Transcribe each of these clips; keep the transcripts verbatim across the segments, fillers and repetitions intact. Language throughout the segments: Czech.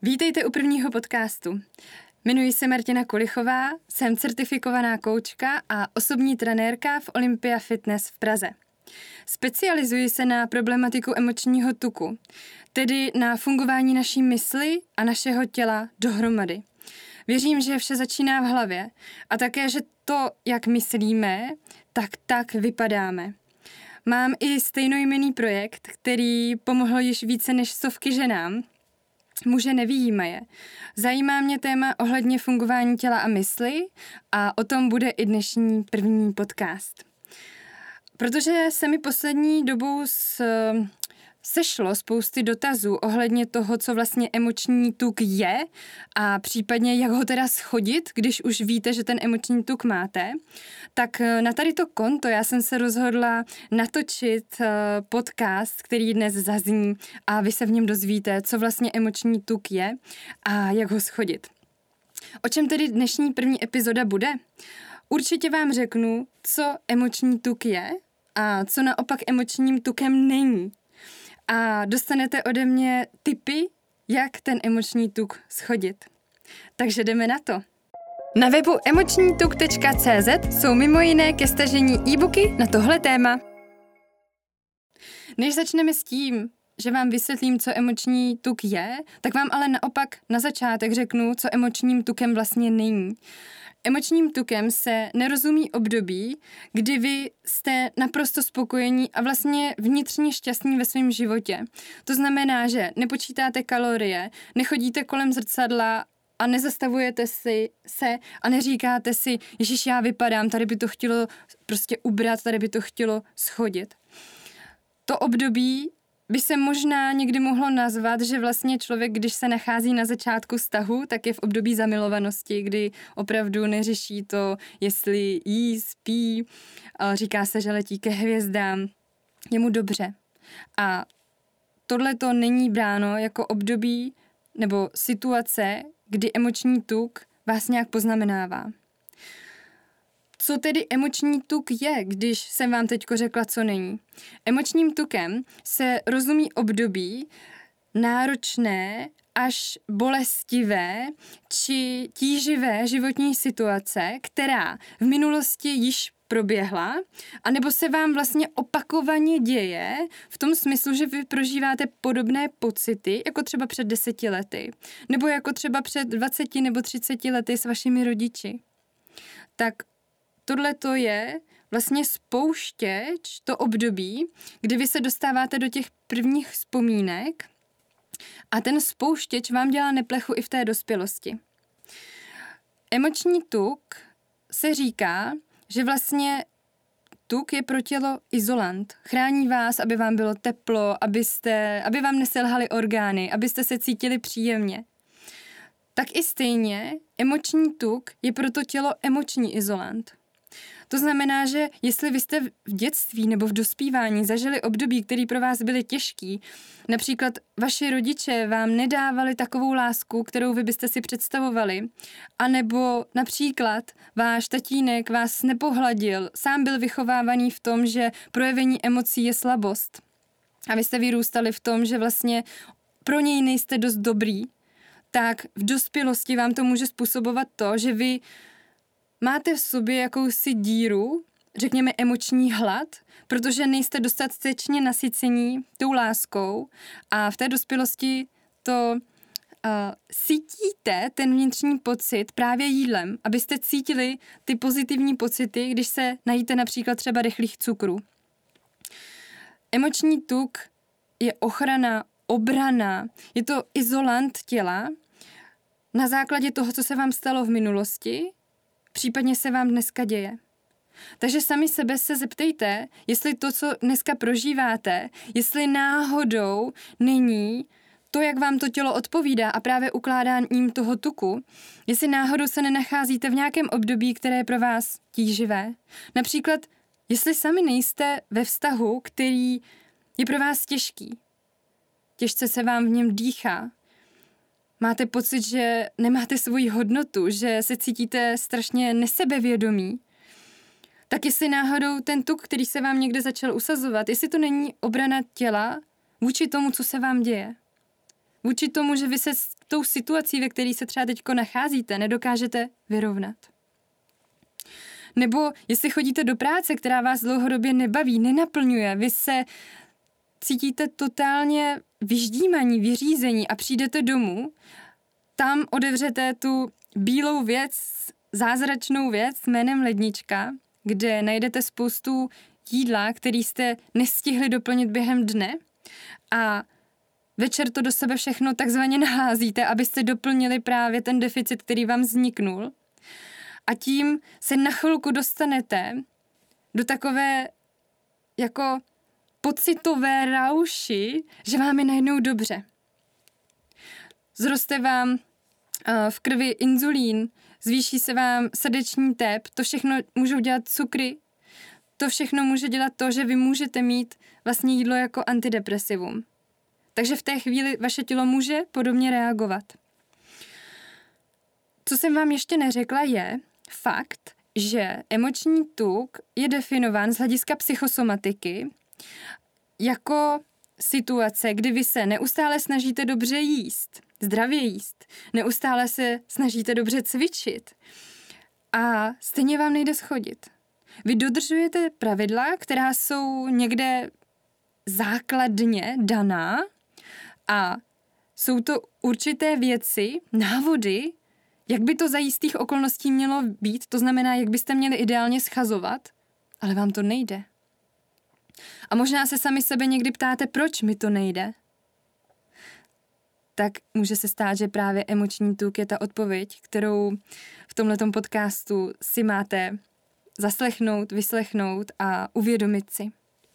Vítejte u prvního podcastu. Jmenuji se Martina Kulichová, jsem certifikovaná koučka a osobní trenérka v Olympia Fitness v Praze. Specializuji se na problematiku emočního tuku, tedy na fungování naší mysli a našeho těla dohromady. Věřím, že vše začíná v hlavě a také, že to, jak myslíme, tak tak vypadáme. Mám i stejnojmenný projekt, který pomohl již více než stovky ženám. Muže nevyjímaje. Zajímá mě téma ohledně fungování těla a mysli a o tom bude i dnešní první podcast. Protože se mi poslední dobou s, sešlo spousty dotazů ohledně toho, co vlastně emoční tuk je a případně jak ho teda schodit, když už víte, že ten emoční tuk máte, tak na tady to konto já jsem se rozhodla natočit podcast, který dnes zazní a vy se v něm dozvíte, co vlastně emoční tuk je a jak ho schodit. O čem tedy dnešní první epizoda bude? Určitě vám řeknu, co emoční tuk je a co naopak emočním tukem není. A dostanete ode mě tipy, jak ten emoční tuk schodit. Takže jdeme na to. Na webu emoční tuk tečka cé zet jsou mimo jiné ke stažení e-booky na tohle téma. Než začneme s tím, že vám vysvětlím, co emoční tuk je, tak vám ale naopak na začátek řeknu, co emočním tukem vlastně není. Emočním tukem se nerozumí období, kdy vy jste naprosto spokojení a vlastně vnitřně šťastní ve svém životě. To znamená, že nepočítáte kalorie, nechodíte kolem zrcadla a nezastavujete si se a neříkáte si, ježiš, já vypadám, tady by to chtělo prostě ubrat, tady by to chtělo schodit. To období by se možná někdy mohlo nazvat, že vlastně člověk, když se nachází na začátku vztahu, tak je v období zamilovanosti, kdy opravdu neřeší to, jestli jí, spí, říká se, že letí ke hvězdám, je mu dobře. A tohle to není bráno jako období nebo situace, kdy emoční tuk vás nějak poznamenává. Co tedy emoční tuk je, když jsem vám teďko řekla, co není? Emočním tukem se rozumí období náročné až bolestivé či tíživé životní situace, která v minulosti již proběhla, anebo se vám vlastně opakovaně děje v tom smyslu, že vy prožíváte podobné pocity, jako třeba před deseti lety, nebo jako třeba před dvaceti nebo třiceti lety s vašimi rodiči. Tak tohle to je vlastně spouštěč, to období, kdy vy se dostáváte do těch prvních vzpomínek a ten spouštěč vám dělá neplechu i v té dospělosti. Emoční tuk se říká, že vlastně tuk je pro tělo izolant. Chrání vás, aby vám bylo teplo, abyste, aby vám neselhaly orgány, abyste se cítili příjemně. Tak i stejně emoční tuk je pro to tělo emoční izolant. To znamená, že jestli vy jste v dětství nebo v dospívání zažili období, který pro vás byly těžký, například vaši rodiče vám nedávali takovou lásku, kterou vy byste si představovali, anebo například váš tatínek vás nepohladil, sám byl vychovávaný v tom, že projevení emocí je slabost a vy jste vyrůstali v tom, že vlastně pro něj nejste dost dobrý, tak v dospělosti vám to může způsobovat to, že vy máte v sobě jakousi díru, řekněme emoční hlad, protože nejste dostatečně nasycení tou láskou a v té dospělosti to uh, cítíte, ten vnitřní pocit právě jídlem, abyste cítili ty pozitivní pocity, když se najíte například třeba rychlých cukrů. Emoční tuk je ochrana, obrana, je to izolant těla na základě toho, co se vám stalo v minulosti, případně se vám dneska děje. Takže sami sebe se zeptejte, jestli to, co dneska prožíváte, jestli náhodou není to, jak vám to tělo odpovídá a právě ukládáním toho tuku, jestli náhodou se nenacházíte v nějakém období, které je pro vás tíživé. Například, jestli sami nejste ve vztahu, který je pro vás těžký. Těžce se vám v něm dýchá. Máte pocit, že nemáte svoji hodnotu, že se cítíte strašně nesebevědomí, tak jestli náhodou ten tuk, který se vám někde začal usazovat, jestli to není obrana těla vůči tomu, co se vám děje. vůči tomu, že vy se s tou situací, ve které se třeba teďko nacházíte, nedokážete vyrovnat. Nebo jestli chodíte do práce, která vás dlouhodobě nebaví, nenaplňuje, vy se cítíte totálně vyždímaní, vyřízení a přijdete domů, tam otevřete tu bílou věc, zázračnou věc jménem lednička, kde najdete spoustu jídla, který jste nestihli doplnit během dne a večer to do sebe všechno takzvaně naházíte, abyste doplnili právě ten deficit, který vám vzniknul. A tím se na chvilku dostanete do takové jako pocitové rauši, že vám je najednou dobře. Zroste vám uh, v krvi inzulín, zvýší se vám srdeční tep, to všechno můžou dělat cukry, to všechno může dělat to, že vy můžete mít vlastně jídlo jako antidepresivum. Takže v té chvíli vaše tělo může podobně reagovat. Co jsem vám ještě neřekla je fakt, že emoční tuk je definován z hlediska psychosomatiky jako situace, kdy vy se neustále snažíte dobře jíst, zdravě jíst, neustále se snažíte dobře cvičit a stejně vám nejde schodit. Vy dodržujete pravidla, která jsou někde základně daná a jsou to určité věci, návody, jak by to za jistých okolností mělo být, to znamená, jak byste měli ideálně schazovat, ale vám to nejde. A možná se sami sebe někdy ptáte, proč mi to nejde. Tak může se stát, že právě emoční tuk je ta odpověď, kterou v tomhletom podcastu si máte zaslechnout, vyslechnout a uvědomit si.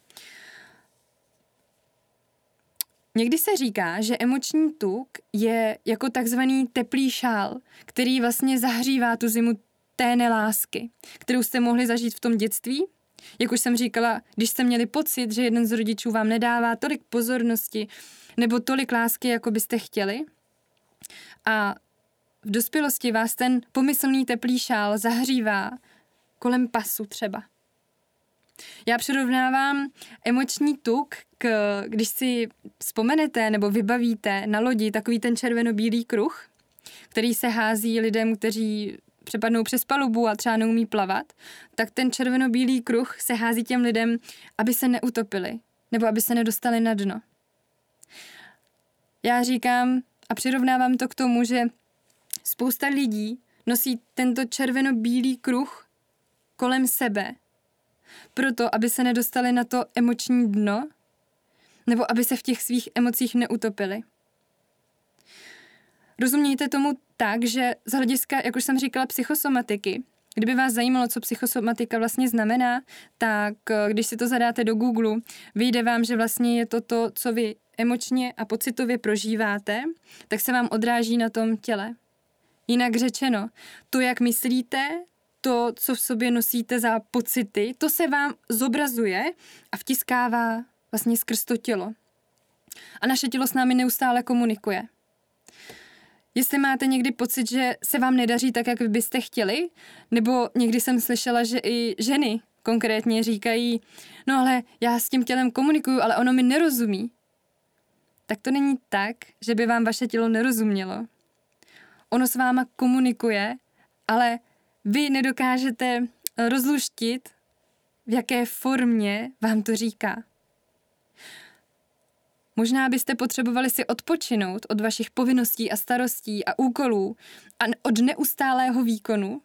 Někdy se říká, že emoční tuk je jako takzvaný teplý šál, který vlastně zahřívá tu zimu té nelásky, kterou jste mohli zažít v tom dětství. Jak už jsem říkala, když jste měli pocit, že jeden z rodičů vám nedává tolik pozornosti nebo tolik lásky, jako byste chtěli. A v dospělosti vás ten pomyslný teplý šál zahřívá kolem pasu třeba. Já přirovnávám emoční tuk, k, když si vzpomenete nebo vybavíte na lodi takový ten červeno-bílý kruh, který se hází lidem, kteří přepadnou přes palubu a třeba neumí plavat, tak ten červeno-bílý kruh se hází těm lidem, aby se neutopili nebo aby se nedostali na dno. Já říkám a přirovnávám to k tomu, že spousta lidí nosí tento červeno-bílý kruh kolem sebe, proto, aby se nedostali na to emoční dno, nebo aby se v těch svých emocích neutopili. Rozumějte tomu tak, že z hlediska, jak už jsem říkala, psychosomatiky, kdyby vás zajímalo, co psychosomatika vlastně znamená, tak když si to zadáte do Google, vyjde vám, že vlastně je to to, co vy emočně a pocitově prožíváte, tak se vám odráží na tom těle. Jinak řečeno, to, jak myslíte, to, co v sobě nosíte za pocity, to se vám zobrazuje a vtiskává vlastně skrz to tělo. A naše tělo s námi neustále komunikuje. Jestli máte někdy pocit, že se vám nedaří tak, jak vy byste chtěli, nebo někdy jsem slyšela, že i ženy konkrétně říkají, no ale já s tím tělem komunikuju, ale ono mi nerozumí. Tak to není tak, že by vám vaše tělo nerozumělo. Ono s váma komunikuje, ale vy nedokážete rozluštit, v jaké formě vám to říká. Možná byste potřebovali si odpočinout od vašich povinností a starostí a úkolů a od neustálého výkonu.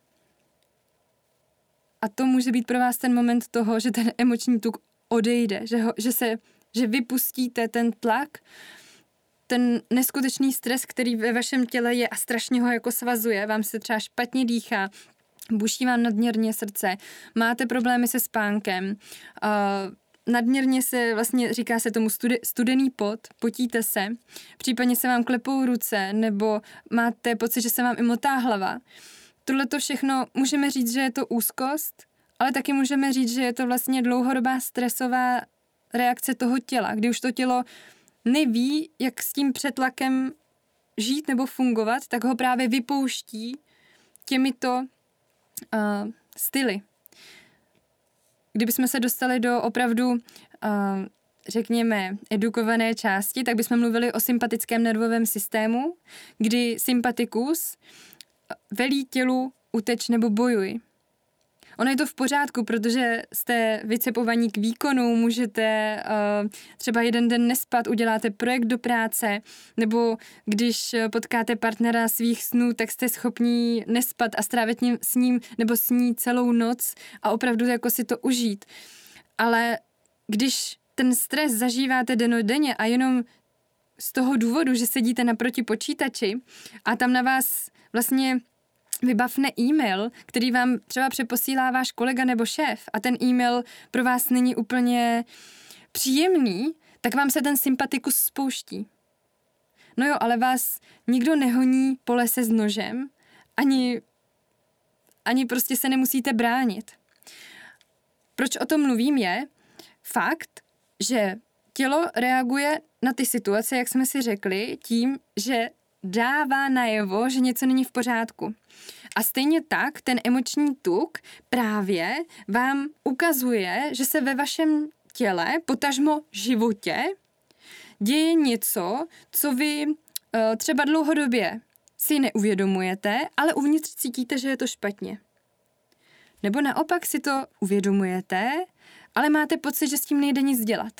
A to může být pro vás ten moment toho, že ten emoční tuk odejde, že, ho, že, se, že vypustíte ten tlak, ten neskutečný stres, který ve vašem těle je a strašně ho jako svazuje, vám se třeba špatně dýchá, buší vám nadměrně srdce, máte problémy se spánkem, uh, nadměrně se, vlastně říká se tomu studi- studený pot, potíte se, případně se vám klepou ruce, nebo máte pocit, že se vám i motá hlava. Tohle to všechno můžeme říct, že je to úzkost, ale taky můžeme říct, že je to vlastně dlouhodobá stresová reakce toho těla, kdy už to tělo neví, jak s tím přetlakem žít nebo fungovat, tak ho právě vypouští těmito uh, styly. Kdybychom se dostali do opravdu uh, řekněme, edukované části, tak bychom mluvili o sympatickém nervovém systému, kdy sympatikus velí tělu uteč nebo bojuj. Ono je to v pořádku, protože jste vycepovaní k výkonu, můžete uh, třeba jeden den nespat, uděláte projekt do práce, nebo když potkáte partnera svých snů, tak jste schopní nespat a strávit ním, s ním nebo s ní celou noc a opravdu jako si to užít. Ale když ten stres zažíváte dennodenně a jenom z toho důvodu, že sedíte naproti počítači a tam na vás vlastně vybavne e-mail, který vám třeba přeposílá váš kolega nebo šéf a ten e-mail pro vás není úplně příjemný, tak vám se ten sympatikus spouští. No jo, ale vás nikdo nehoní po lese s nožem, ani, ani prostě se nemusíte bránit. Proč o tom mluvím je fakt, že tělo reaguje na ty situace, jak jsme si řekli, tím, že dává najevo, že něco není v pořádku. A stejně tak ten emoční tuk právě vám ukazuje, že se ve vašem těle, potažmo životě, děje něco, co vy uh, třeba dlouhodobě si neuvědomujete, ale uvnitř cítíte, že je to špatně. Nebo naopak si to uvědomujete, ale máte pocit, že s tím nejde nic dělat.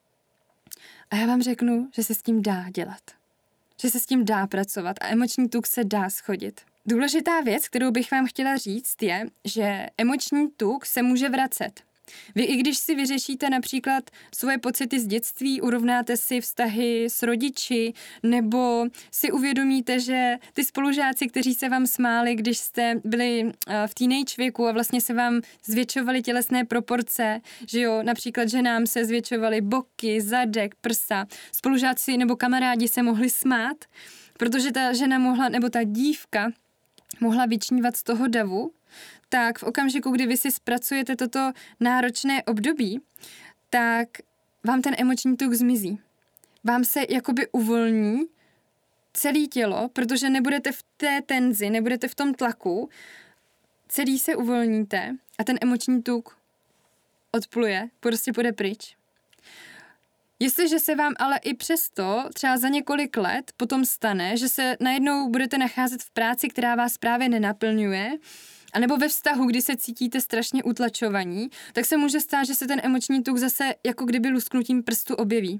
A já vám řeknu, že se s tím dá dělat. Že se s tím dá pracovat a emoční tuk se dá schodit. Důležitá věc, kterou bych vám chtěla říct, je, že emoční tuk se může vracet. Vy i když si vyřešíte například svoje pocity z dětství, urovnáte si vztahy s rodiči, nebo si uvědomíte, že ty spolužáci, kteří se vám smáli, když jste byli v teenage věku a vlastně se vám zvětšovaly tělesné proporce, že jo, například ženám se zvětšovaly boky, zadek, prsa, spolužáci nebo kamarádi se mohli smát, protože ta žena mohla, nebo ta dívka mohla vyčnívat z toho davu, tak v okamžiku, kdy vy si zpracujete toto náročné období, tak vám ten emoční tuk zmizí. Vám se jakoby uvolní celé tělo, protože nebudete v té tenzi, nebudete v tom tlaku, celý se uvolníte a ten emoční tuk odpluje, prostě půjde pryč. Jestliže se vám ale i přesto třeba za několik let potom stane, že se najednou budete nacházet v práci, která vás právě nenaplňuje, a nebo ve vztahu, kdy se cítíte strašně utlačovaní, tak se může stát, že se ten emoční tuk zase jako kdyby lusknutím prstu objeví.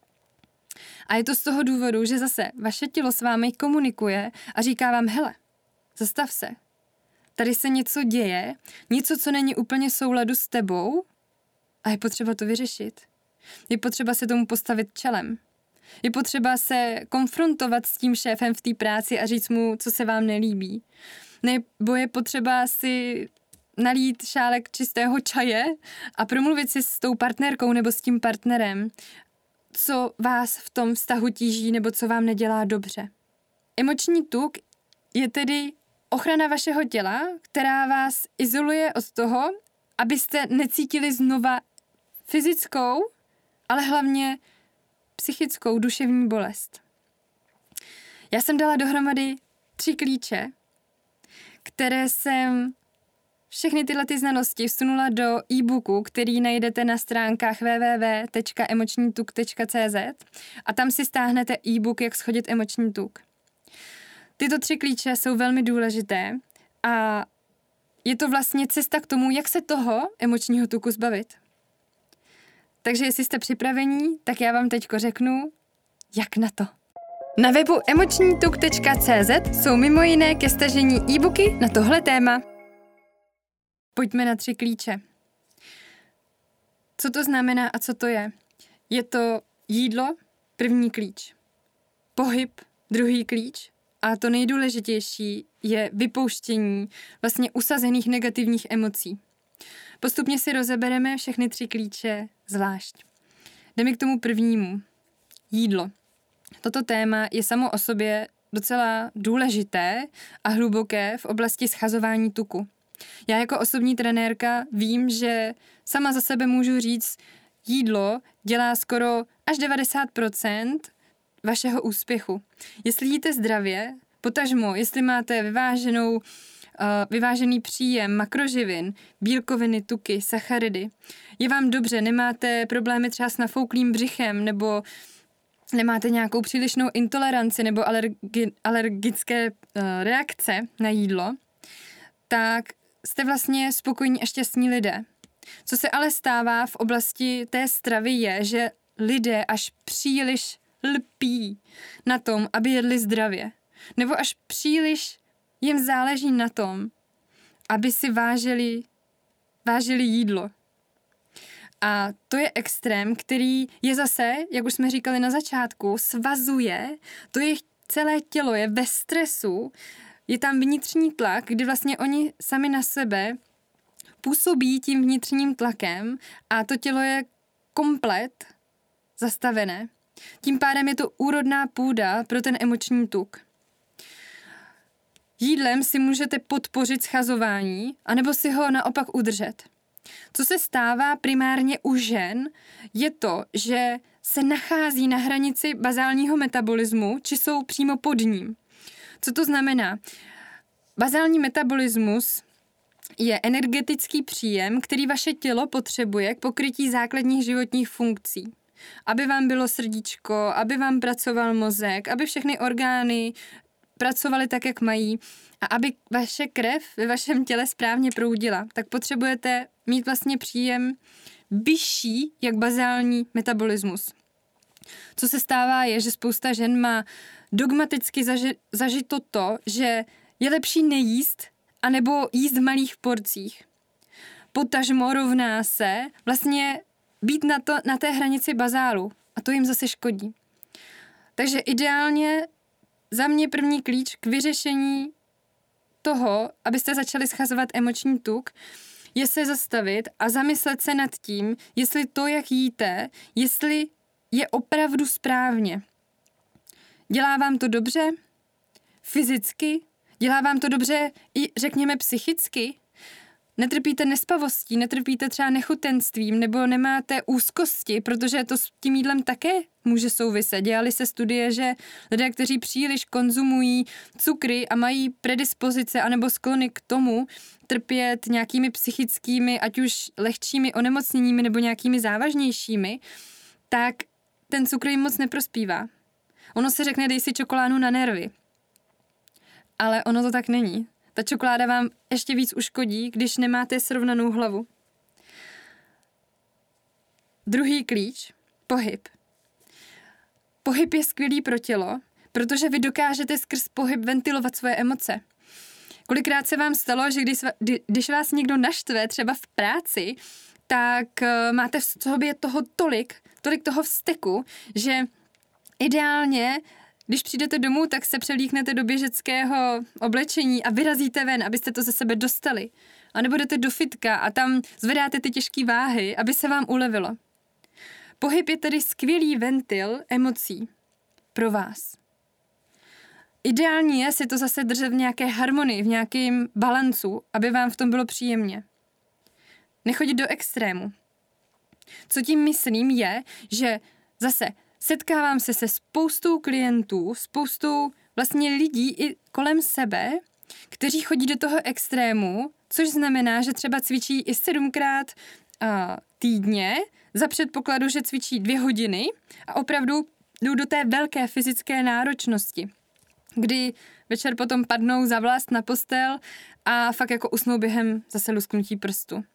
A je to z toho důvodu, že zase vaše tělo s vámi komunikuje a říká vám, hele, zastav se. Tady se něco děje, něco, co není úplně v souladu s tebou a je potřeba to vyřešit. Je potřeba se tomu postavit čelem. Je potřeba se konfrontovat s tím šéfem v té práci a říct mu, co se vám nelíbí. Nebo je potřeba si nalít šálek čistého čaje a promluvit si s tou partnerkou nebo s tím partnerem, co vás v tom vztahu tíží nebo co vám nedělá dobře. Emoční tuk je tedy ochrana vašeho těla, která vás izoluje od toho, abyste necítili znova fyzickou, ale hlavně psychickou duševní bolest. Já jsem dala dohromady tři klíče, které jsem všechny tyhle ty znalosti vsunula do e-booku, který najdete na stránkách w w w tečka emoční tuk tečka c z a tam si stáhnete e-book, jak schodit emoční tuk. Tyto tři klíče jsou velmi důležité a je to vlastně cesta k tomu, jak se toho emočního tuku zbavit. Takže jestli jste připravení, tak já vám teďko řeknu, jak na to. Na webu emoční tuk tečka c z jsou mimo jiné ke stažení e-booky na tohle téma. Pojďme na tři klíče. Co to znamená a co to je? Je to jídlo, první klíč. Pohyb, druhý klíč. A to nejdůležitější je vypouštění vlastně usazených negativních emocí. Postupně si rozebereme všechny tři klíče zvlášť. Jdeme k tomu prvnímu. Jídlo. Toto téma je samo o sobě docela důležité a hluboké v oblasti schazování tuku. Já jako osobní trenérka vím, že sama za sebe můžu říct, jídlo dělá skoro až devadesát procent vašeho úspěchu. Jestli jíte zdravě, potažmo, jestli máte vyváženou vyvážený příjem makroživin, bílkoviny, tuky, sacharidy. Je vám dobře, nemáte problémy třeba s nafouklým břichem nebo nemáte nějakou přílišnou intoleranci nebo alergi, alergické uh, reakce na jídlo, tak jste vlastně spokojní a šťastní lidé. Co se ale stává v oblasti té stravy je, že lidé až příliš lpí na tom, aby jedli zdravě. Nebo až příliš jim záleží na tom, aby si vážili, vážili jídlo. A to je extrém, který je zase, jak už jsme říkali na začátku, svazuje, to jejich celé tělo je ve stresu, je tam vnitřní tlak, kdy vlastně oni sami na sebe působí tím vnitřním tlakem a to tělo je komplet zastavené. Tím pádem je to úrodná půda pro ten emoční tuk. Jídlem si můžete podpořit schazování, anebo si ho naopak udržet. Co se stává primárně u žen, je to, že se nachází na hranici bazálního metabolismu, či jsou přímo pod ním. Co to znamená? Bazální metabolismus je energetický příjem, který vaše tělo potřebuje k pokrytí základních životních funkcí. Aby vám bylo srdíčko, aby vám pracoval mozek, aby všechny orgány pracovaly tak, jak mají a aby vaše krev ve vašem těle správně proudila, tak potřebujete mít vlastně příjem vyšší jak bazální metabolismus. Co se stává je, že spousta žen má dogmaticky zaži- zažito to, že je lepší nejíst anebo jíst v malých porcích. Potažmo rovná se vlastně být na, to, na té hranici bazálu a to jim zase škodí. Takže ideálně za mě první klíč k vyřešení toho, abyste začali schazovat emoční tuk, je se zastavit a zamyslet se nad tím, jestli to, jak jíte, jestli je opravdu správně. Dělá vám to dobře? Fyzicky? Dělá vám to dobře i, řekněme, psychicky? Netrpíte nespavostí, netrpíte třeba nechutenstvím nebo nemáte úzkosti, protože to s tím jídlem také může souviset. Dělali se studie, že lidé, kteří příliš konzumují cukry a mají predispozice anebo sklony k tomu trpět nějakými psychickými, ať už lehčími onemocněními nebo nějakými závažnějšími, tak ten cukr jim moc neprospívá. Ono se řekne, dej si čokoládu na nervy. Ale ono to tak není. Ta čokoláda vám ještě víc uškodí, když nemáte srovnanou hlavu. Druhý klíč, pohyb. Pohyb je skvělý pro tělo, protože vy dokážete skrz pohyb ventilovat svoje emoce. Kolikrát se vám stalo, že když, když vás někdo naštve, třeba v práci, tak máte v sobě toho tolik, tolik toho vzteku, že ideálně když přijdete domů, tak se převlíknete do běžeckého oblečení a vyrazíte ven, abyste to ze sebe dostali. A nebo jdete do fitka a tam zvedáte ty těžké váhy, aby se vám ulevilo. Pohyb je tedy skvělý ventil emocí pro vás. Ideální je si to zase držet v nějaké harmonii, v nějakém balancu, aby vám v tom bylo příjemně. Nechodit do extrému. Co tím myslím je, že zase setkávám se se spoustou klientů, spoustou vlastně lidí i kolem sebe, kteří chodí do toho extrému, což znamená, že třeba cvičí i sedmkrát uh, týdně za předpokladu, že cvičí dvě hodiny a opravdu jdou do té velké fyzické náročnosti, kdy večer potom padnou za vlast na postel a fakt jako usnou během zase lusknutí prstu.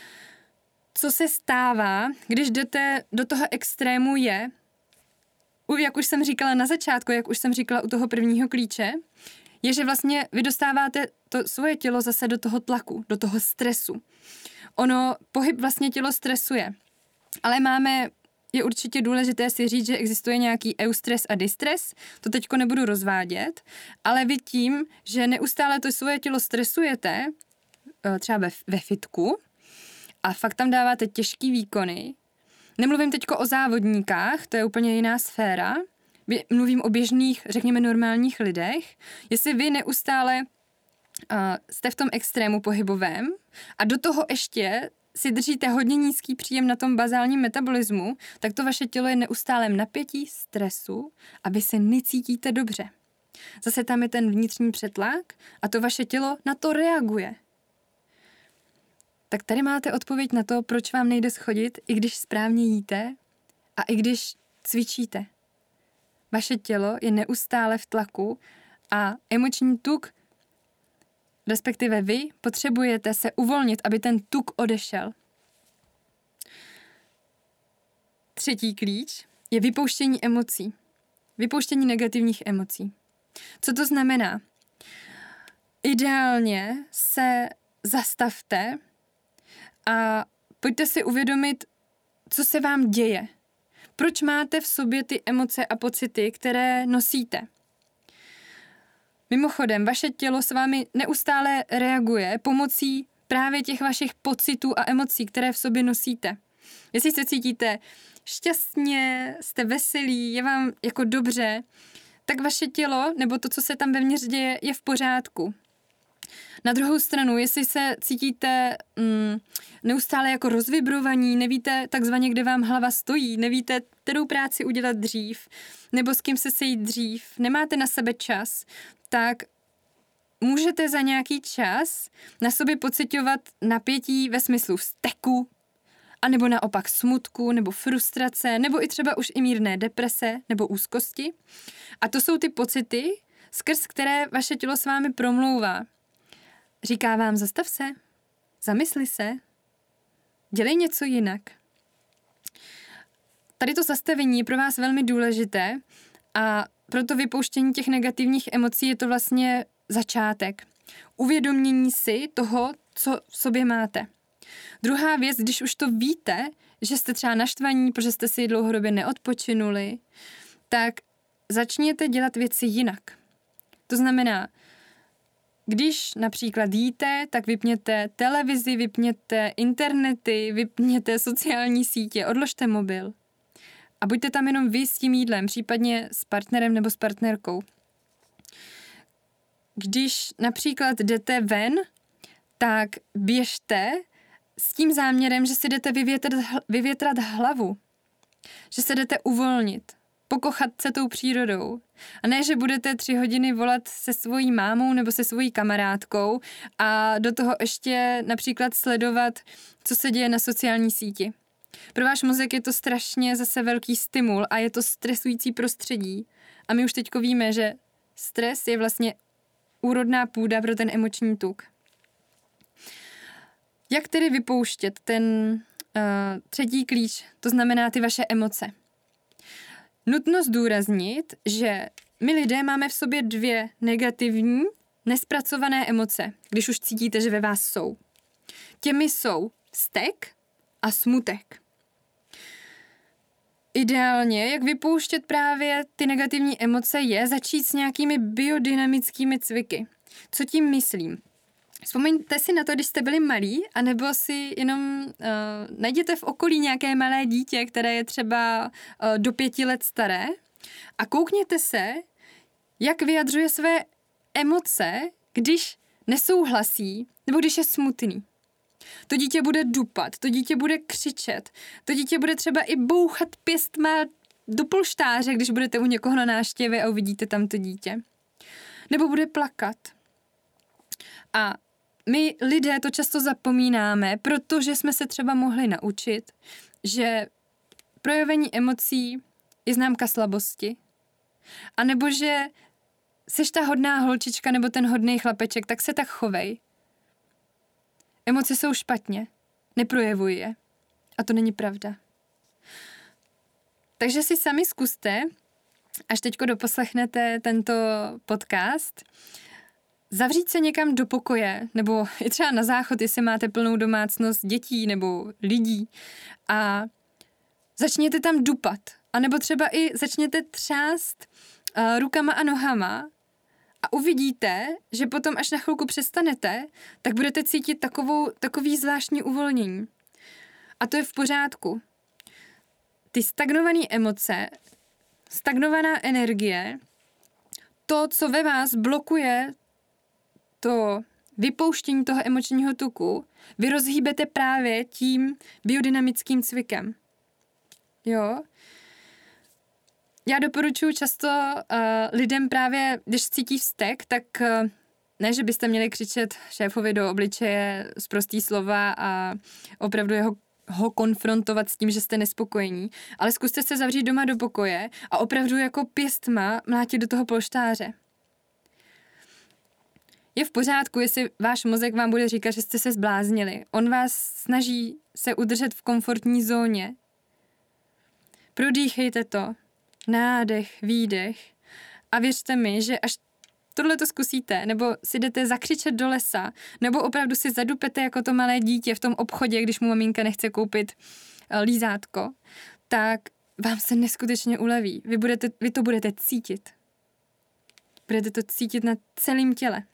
Co se stává, když jdete do toho extrému je, jak už jsem říkala na začátku, jak už jsem říkala u toho prvního klíče, je, že vlastně vy dostáváte to svoje tělo zase do toho tlaku, do toho stresu. Ono, pohyb vlastně tělo stresuje. Ale máme, je určitě důležité si říct, že existuje nějaký eustres a distres, to teďko nebudu rozvádět, ale vy tím, že neustále to svoje tělo stresujete, třeba ve, ve fitku, a fakt tam dáváte těžký výkony, nemluvím teďko o závodníkách, to je úplně jiná sféra, mluvím o běžných, řekněme normálních lidech, jestli vy neustále uh, jste v tom extrému pohybovém a do toho ještě si držíte hodně nízký příjem na tom bazálním metabolismu, tak to vaše tělo je neustálém napětí, stresu a vy se necítíte dobře. Zase tam je ten vnitřní přetlak a to vaše tělo na to reaguje. Tak tady máte odpověď na to, proč vám nejde schodit, i když správně jíte a i když cvičíte. Vaše tělo je neustále v tlaku a emoční tuk, respektive vy, potřebujete se uvolnit, aby ten tuk odešel. Třetí klíč je vypouštění emocí. Vypouštění negativních emocí. Co to znamená? Ideálně se zastavte a pojďte si uvědomit, co se vám děje. Proč máte v sobě ty emoce a pocity, které nosíte? Mimochodem, vaše tělo s vámi neustále reaguje pomocí právě těch vašich pocitů a emocí, které v sobě nosíte. Jestli se cítíte šťastně, jste veselí, je vám jako dobře, tak vaše tělo, nebo to, co se tam vevnitř děje, je v pořádku. Na druhou stranu, jestli se cítíte mm, neustále jako rozvibrovaní, nevíte takzvaně, kde vám hlava stojí, nevíte, kterou práci udělat dřív, nebo s kým se sejít dřív, nemáte na sebe čas, tak můžete za nějaký čas na sobě pociťovat napětí ve smyslu vzteku, anebo naopak smutku, nebo frustrace, nebo i třeba už i mírné deprese, nebo úzkosti. A to jsou ty pocity, skrz které vaše tělo s vámi promlouvá. Říká vám, zastav se, zamysli se, dělej něco jinak. Tady to zastavení je pro vás velmi důležité a proto vypouštění těch negativních emocí je to vlastně začátek. Uvědomění si toho, co v sobě máte. Druhá věc, když už to víte, že jste třeba naštvaní, protože jste si dlouhodobě neodpočinuli, tak začněte dělat věci jinak. To znamená, když například jíte, tak vypněte televizi, vypněte internety, vypněte sociální sítě, odložte mobil. A buďte tam jenom vy s tím jídlem, případně s partnerem nebo s partnerkou. Když například jdete ven, tak běžte s tím záměrem, že si jdete vyvětrat, vyvětrat hlavu, že se jdete uvolnit, pokochat se tou přírodou. A ne, že budete tři hodiny volat se svojí mámou nebo se svojí kamarádkou a do toho ještě například sledovat, co se děje na sociální síti. Pro váš mozek je to strašně zase velký stimul a je to stresující prostředí. A my už teďko víme, že stres je vlastně úrodná půda pro ten emoční tuk. Jak tedy vypouštět ten uh, třetí klíč, to znamená ty vaše emoce? Nutno zdůraznit, že my lidé máme v sobě dvě negativní, nespracované emoce, když už cítíte, že ve vás jsou. Těmi jsou vztek a smutek. Ideálně, jak vypouštět právě ty negativní emoce, je začít s nějakými biodynamickými cviky. Co tím myslím? Vzpomeňte si na to, když jste byli malí, anebo si jenom uh, najděte v okolí nějaké malé dítě, které je třeba uh, do pěti let staré a koukněte se, jak vyjadřuje své emoce, když nesouhlasí nebo když je smutný. To dítě bude dupat, to dítě bude křičet, to dítě bude třeba i bouchat pěstma do polštáře, když budete u někoho na návštěvě a uvidíte tam to dítě. Nebo bude plakat. A my lidé to často zapomínáme, protože jsme se třeba mohli naučit, že projevení emocí je známka slabosti. A nebo že seš ta hodná holčička nebo ten hodný chlapeček, tak se tak chovej. Emoce jsou špatně, neprojevuj je. A to není pravda. Takže si sami zkuste, až teďko doposlechnete tento podcast, zavřít se někam do pokoje, nebo i třeba na záchod, jestli máte plnou domácnost dětí nebo lidí a začněte tam dupat. A nebo třeba i začněte třást uh, rukama a nohama a uvidíte, že potom, až na chvilku přestanete, tak budete cítit takovou, takový zvláštní uvolnění. A to je v pořádku. Ty stagnované emoce, stagnovaná energie, to, co ve vás blokuje to vypouštění toho emočního tuku, vy rozhýbete právě tím biodynamickým cvikem. Jo? já doporučuji často uh, lidem právě, když cítí vztek, tak uh, ne, že byste měli křičet šéfovi do obličeje sprostý slova a opravdu jeho ho konfrontovat s tím, že jste nespokojení, ale zkuste se zavřít doma do pokoje a opravdu jako pěstma mlátit do toho polštáře. Je v pořádku, jestli váš mozek vám bude říkat, že jste se zbláznili. On vás snaží se udržet v komfortní zóně. Prodýchejte to. Nádech, výdech. A věřte mi, že až tohle to zkusíte, nebo si jdete zakřičet do lesa, nebo opravdu si zadupete jako to malé dítě v tom obchodě, když mu maminka nechce koupit lízátko, tak vám se neskutečně uleví. Vy, budete, vy to budete cítit. Budete to cítit na celém těle.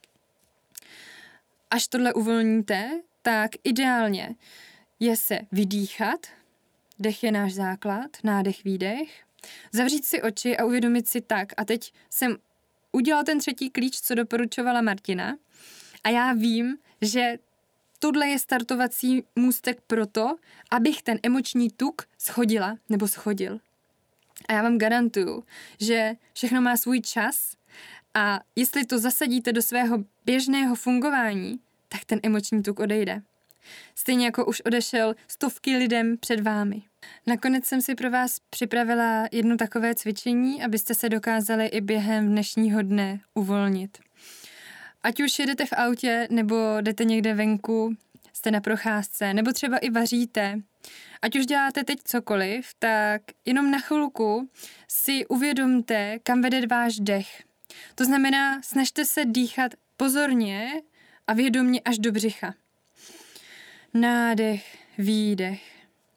Až tohle uvolníte, tak ideálně je se vydýchat. Dech je náš základ, nádech, výdech. Zavřít si oči a uvědomit si tak. A teď jsem udělal ten třetí klíč, co doporučovala Martina. A já vím, že tohle je startovací můstek pro to, abych ten emoční tuk schodila nebo schodil. A já vám garantuju, že všechno má svůj čas a jestli to zasadíte do svého běžného fungování, tak ten emoční tuk odejde. Stejně jako už odešel stovky lidem před vámi. Nakonec jsem si pro vás připravila jedno takové cvičení, abyste se dokázali i během dnešního dne uvolnit. Ať už jedete v autě, nebo jdete někde venku, jste na procházce, nebo třeba i vaříte. Ať už děláte teď cokoliv, tak jenom na chvilku si uvědomte, kam vede váš dech. To znamená, snažte se dýchat pozorně a vědomě až do břicha. Nádech, výdech.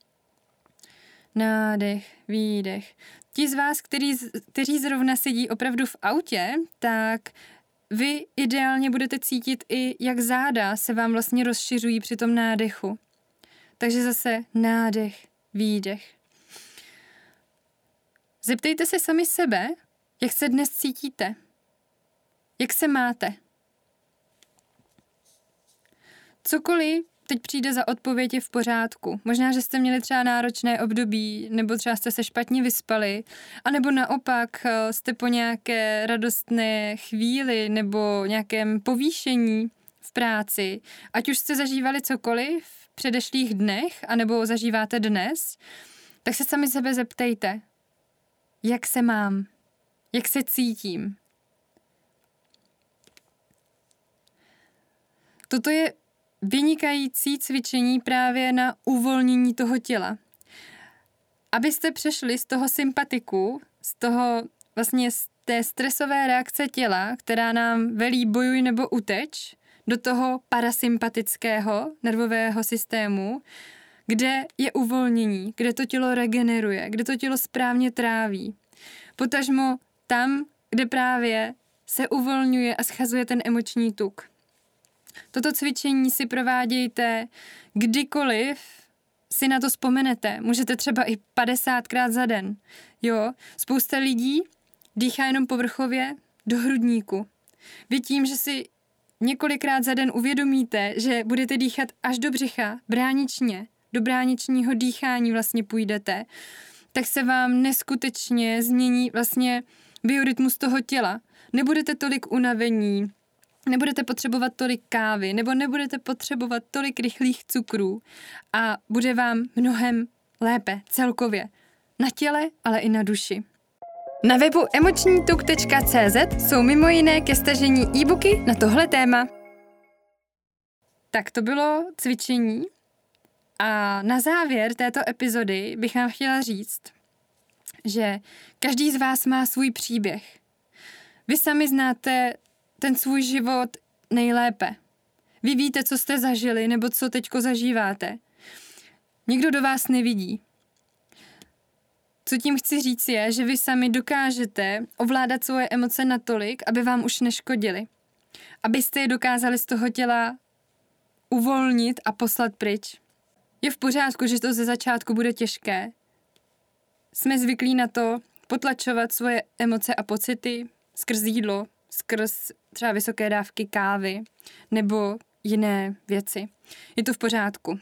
Nádech, výdech. Ti z vás, který, kteří zrovna sedí opravdu v autě, tak vy ideálně budete cítit i, jak záda se vám vlastně rozšiřují při tom nádechu. Takže zase nádech, výdech. Zeptejte se sami sebe, jak se dnes cítíte. Jak se máte. Cokoliv teď přijde za odpověď je v pořádku. Možná, že jste měli třeba náročné období, nebo třeba jste se špatně vyspali, anebo naopak jste po nějaké radostné chvíli nebo nějakém povýšení v práci, ať už jste zažívali cokoliv v předešlých dnech, anebo zažíváte dnes, tak se sami sebe zeptejte, jak se mám, jak se cítím. Toto je vynikající cvičení právě na uvolnění toho těla. Abyste přešli z toho sympatiku, z toho vlastně z té stresové reakce těla, která nám velí bojuj nebo uteč, do toho parasympatického nervového systému, kde je uvolnění, kde to tělo regeneruje, kde to tělo správně tráví. Potažmo tam, kde právě se uvolňuje a schazuje ten emoční tuk. Toto cvičení si provádějte kdykoliv si na to vzpomenete. Můžete třeba i padesátkrát za den. Jo, spousta lidí dýchá jenom povrchově do hrudníku. Vy tím, že si několikrát za den uvědomíte, že budete dýchat až do břicha, bráničně, do bráničního dýchání vlastně půjdete, tak se vám neskutečně změní vlastně biorytmus toho těla. Nebudete tolik unavení, nebudete potřebovat tolik kávy, nebo nebudete potřebovat tolik rychlých cukrů a bude vám mnohem lépe celkově. Na těle, ale i na duši. Na webu emoční tuk tečka cé zet jsou mimo jiné ke stažení e-booky na tohle téma. Tak to bylo cvičení a na závěr této epizody bych vám chtěla říct, že každý z vás má svůj příběh. Vy sami znáte ten svůj život nejlépe. Vy víte, co jste zažili nebo co teďko zažíváte. Nikdo do vás nevidí. Co tím chci říct je, že vy sami dokážete ovládat svoje emoce natolik, aby vám už neškodily. Abyste je dokázali z toho těla uvolnit a poslat pryč. Je v pořádku, že to ze začátku bude těžké. Jsme zvyklí na to potlačovat svoje emoce a pocity skrz jídlo, skrz třeba vysoké dávky kávy nebo jiné věci. Je to v pořádku.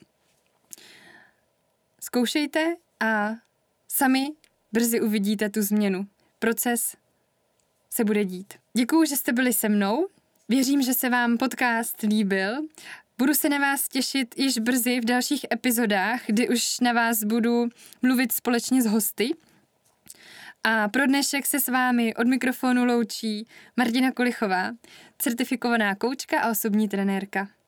Zkoušejte a sami brzy uvidíte tu změnu. proces se bude dít. Děkuju, že jste byli se mnou. Věřím, že se vám podcast líbil. Budu se na vás těšit již brzy v dalších epizodách, kdy už na vás budu mluvit společně s hosty. A pro dnešek se s vámi od mikrofonu loučí Martina Kolichová, certifikovaná koučka a osobní trenérka.